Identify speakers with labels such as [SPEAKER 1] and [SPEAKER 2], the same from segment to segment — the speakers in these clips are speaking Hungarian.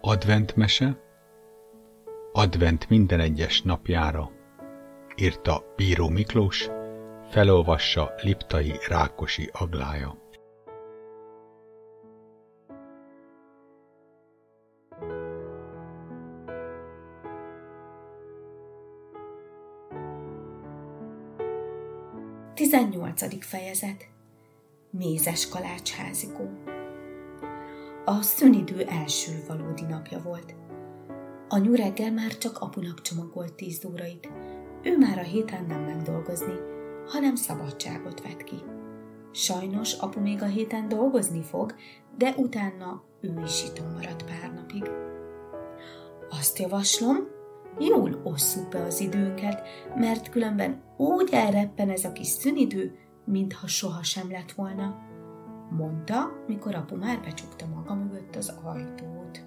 [SPEAKER 1] Adventmese, advent minden egyes napjára, írta Bíró Miklós, felolvassa Liptai Rákosi Aglája.
[SPEAKER 2] Tizennyolcadik fejezet. Mézes kalácsházikó. A szünidő első valódi napja volt. Anyu reggel már csak apunak csomagolt 10 órait. Ő már a héten nem ment dolgozni, hanem szabadságot vett ki. Sajnos apu még a héten dolgozni fog, de utána ő is itthon maradt pár napig. Azt javaslom, jól osszuk be az időnket, mert különben úgy elreppen ez a kis szünidő, mintha sohasem lett volna, mondta, mikor apu már becsukta maga mögött az ajtót.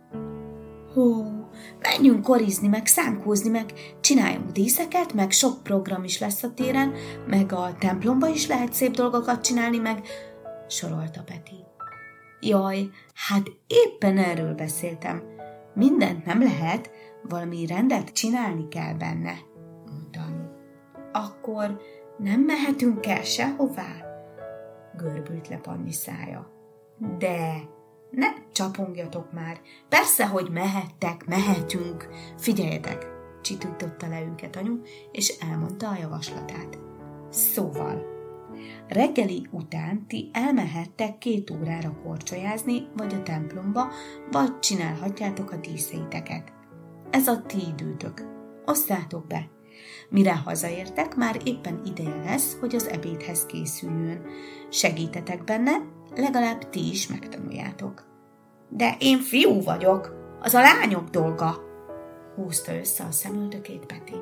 [SPEAKER 2] Hú, menjünk korizni, meg szánkózni, meg csináljunk díszeket, meg sok program is lesz a téren, meg a templomba is lehet szép dolgokat csinálni, meg sorolta Peti. Jaj, hát éppen erről beszéltem. Mindent nem lehet, valami rendet csinálni kell benne, mondta anyu. Akkor nem mehetünk el sehová? Görbült le Panni szája. De, ne csapongjatok már. Persze, hogy mehetünk. Figyeljetek, csitújtotta le őket anyu, és elmondta a javaslatát. Szóval, reggeli után ti elmehettek 2 órára korcsolyázni, vagy a templomba, vagy csinálhatjátok a díszeiteket. Ez a ti időtök. Osszátok be. Mire hazaértek, már éppen ideje lesz, hogy az ebédhez készüljön. Segítetek benne, legalább ti is megtanuljátok. De én fiú vagyok, az a lányok dolga, húzta össze a szemöldökét Peti.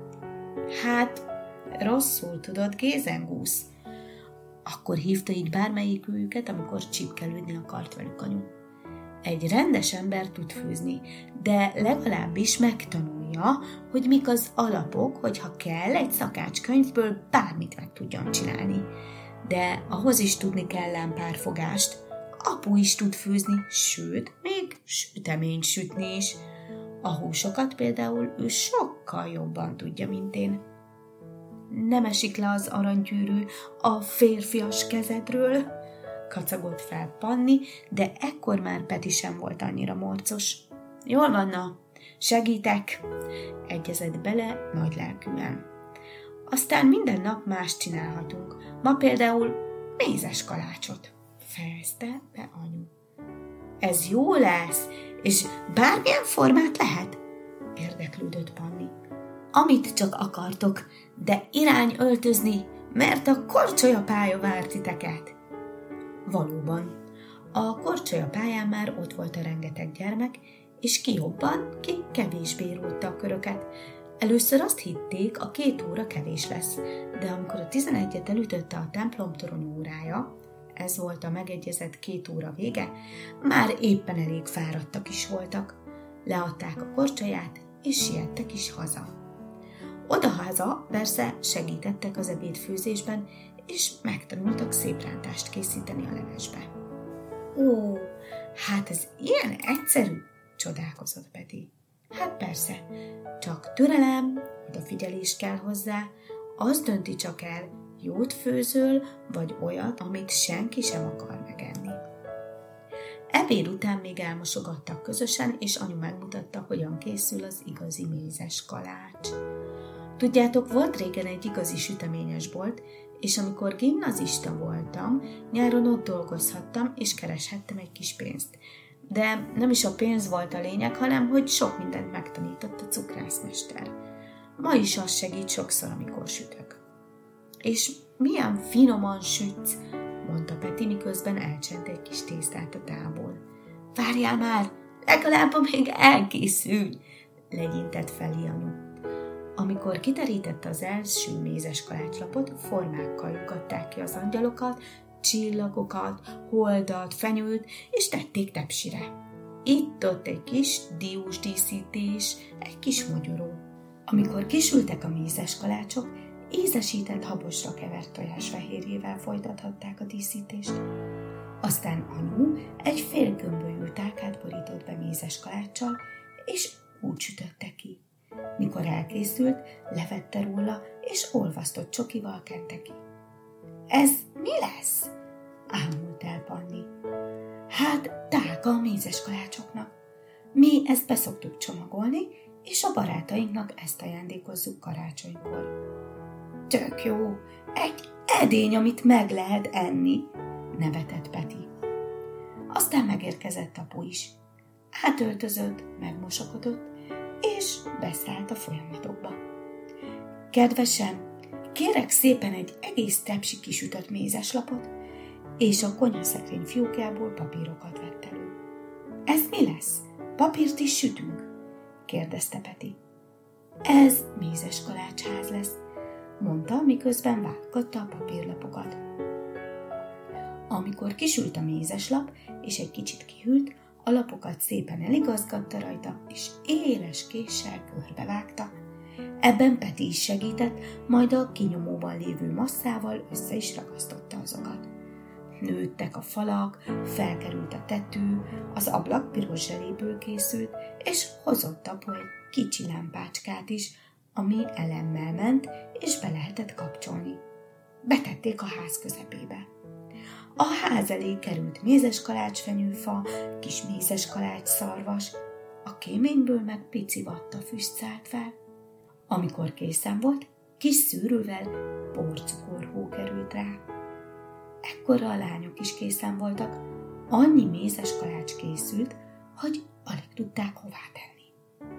[SPEAKER 2] Hát, rosszul tudod, gézengúsz. Akkor hívta így bármelyikőjüket, amikor csipkelődni akart velük anyu. Egy rendes ember tud főzni, de legalábbis megtanulja, hogy mik az alapok, hogyha kell, egy szakácskönyvből bármit meg tudjon csinálni. De ahhoz is tudni kell ám párfogást. Apu is tud főzni, sőt, még süteményt sütni is. A húsokat például ő sokkal jobban tudja, mint én. Nem esik le az aranygyűrű a férfias kezedről, kacagott fel Panni, de ekkor már Peti sem volt annyira morcos. Jól van, na, segítek, egyezett bele nagylelkűen. Aztán minden nap más csinálhatunk. Ma például mézes kalácsot, fejezte be anyu. Ez jó lesz, és bármilyen formát lehet? Érdeklődött Panni. Amit csak akartok, de irány öltözni, mert a korcsolyapálya vár titeket. Valóban, a korcsolyapályán már ott volt a rengeteg gyermek, és ki jobban, ki kevésbé rótta a köröket. Először azt hitték, a 2 óra kevés lesz, de amikor a 11-et elütötte a templomtorony órája, ez volt a megegyezett 2 óra vége, már éppen elég fáradtak is voltak. Leadták a korcsolyát, és siettek is haza. Odahaza persze segítettek az ebédfőzésben, és megtanultak szép rántást készíteni a levesbe. Ó, hát ez ilyen egyszerű, csodálkozott Peti. Hát persze, csak türelem, odafigyelés kell hozzá, az dönti csak el, jót főzöl, vagy olyat, amit senki sem akar megenni. Ebéd után még elmosogattak közösen, és anyu megmutatta, hogyan készül az igazi mézes kalács. Tudjátok, volt régen egy igazi süteményes bolt, és amikor gimnazista voltam, nyáron ott dolgozhattam, és kereshettem egy kis pénzt. De nem is a pénz volt a lényeg, hanem hogy sok mindent megtanított a cukrászmester. Ma is az segít sokszor, amikor sütök. És milyen finoman sütsz, mondta Peti, miközben elcsent egy kis tésztát a tából. Várjál már, legalább még elkészül, legyintett felé anyu. Amikor kiterítette az első mézes kalácslapot, formákkal lyukadták ki az angyalokat, csillagokat, holdat, fenyőt, és tették tepsire. Itt-ott egy kis diós díszítés, egy kis mogyoró. Amikor kisültek a mézes kalácsok, ízesített habosra kevert tojás fehérjével folytathatták a díszítést. Aztán anyu egy félgömbölyű tálkát borított be mézes kaláccsal, és úgy sütötte ki. Mikor elkészült, levette róla, és olvasztott csokival kente ki. Ez mi lesz? Ámult el Panni. Hát, tálka a mézes kalácsoknak. Mi ezt beszoktuk csomagolni, és a barátainknak ezt ajándékozzuk karácsonykor. Tök jó, egy edény, amit meg lehet enni, nevetett Peti. Aztán megérkezett apu is. Átöltözött, megmosakodott, és beszállt a folyamatokba. Kedvesem, kérek szépen egy egész tepsi kisütött mézeslapot, és a konyhaszekrény fiókjából papírokat vett elő. Ez mi lesz? Papírt is sütünk? kérdezte Peti. Ez mézes kalácsház lesz, mondta, miközben vággatta a papírlapokat. Amikor kisült a mézeslap, és egy kicsit kihűlt, a lapokat szépen eligazgatta rajta, és éles késsel körbevágta. Ebben Peti is segített, majd a kinyomóban lévő masszával össze is ragasztotta azokat. Nőttek a falak, felkerült a tető, az ablak piros zseléből készült, és hozott apu egy kicsi lámpácskát is, ami elemmel ment, és be lehetett kapcsolni. Betették a ház közepébe. A ház elé került mézeskalácsfenyőfa, kis mézeskalács-szarvas, a kéményből meg pici vatta füst szállt fel. Amikor készen volt, kis szűrővel porcukorhó került rá. Ekkora a lányok is készen voltak, annyi mézes kalács készült, hogy alig tudták hová tenni.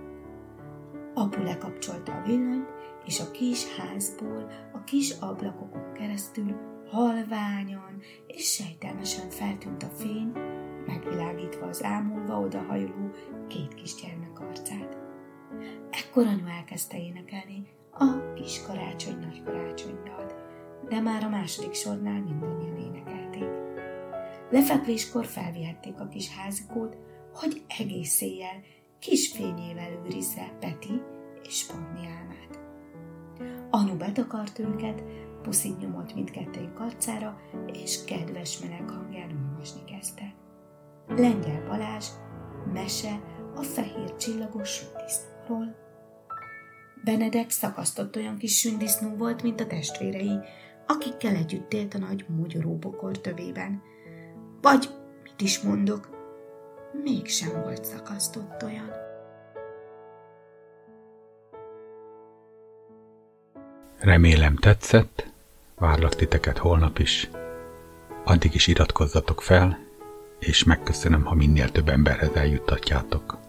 [SPEAKER 2] Apu lekapcsolta a villanyt, és a kis házból, a kis ablakokon keresztül halványan és sejtelmesen feltűnt a fény, megvilágítva az ámulva odahajoló két kisgyermek arcát. Ekkor anyu elkezdte énekelni a kis karácsony, nagy karácsony dalt, de már a második sornál mindannyian énekelték. Lefekvéskor felvihették a kis házikót, hogy egész éjjel kis fényével őrizze Peti és Panni álmát. Anyu betakart őket, puszit nyomott mindkettejük arcára, és kedves meleg hangján olvasni kezdte. Lengyel Balázs, mese a fehér csillagos sündisznóról. Benedek szakasztott olyan kis sündisznó volt, mint a testvérei, akikkel együtt élt a nagy mogyoróbokor tövében. Vagy, mit is mondok, mégsem volt szakasztott olyan.
[SPEAKER 1] Remélem tetszett, várlak titeket holnap is. Addig is iratkozzatok fel, és megköszönöm, ha minél több emberhez eljuttatjátok.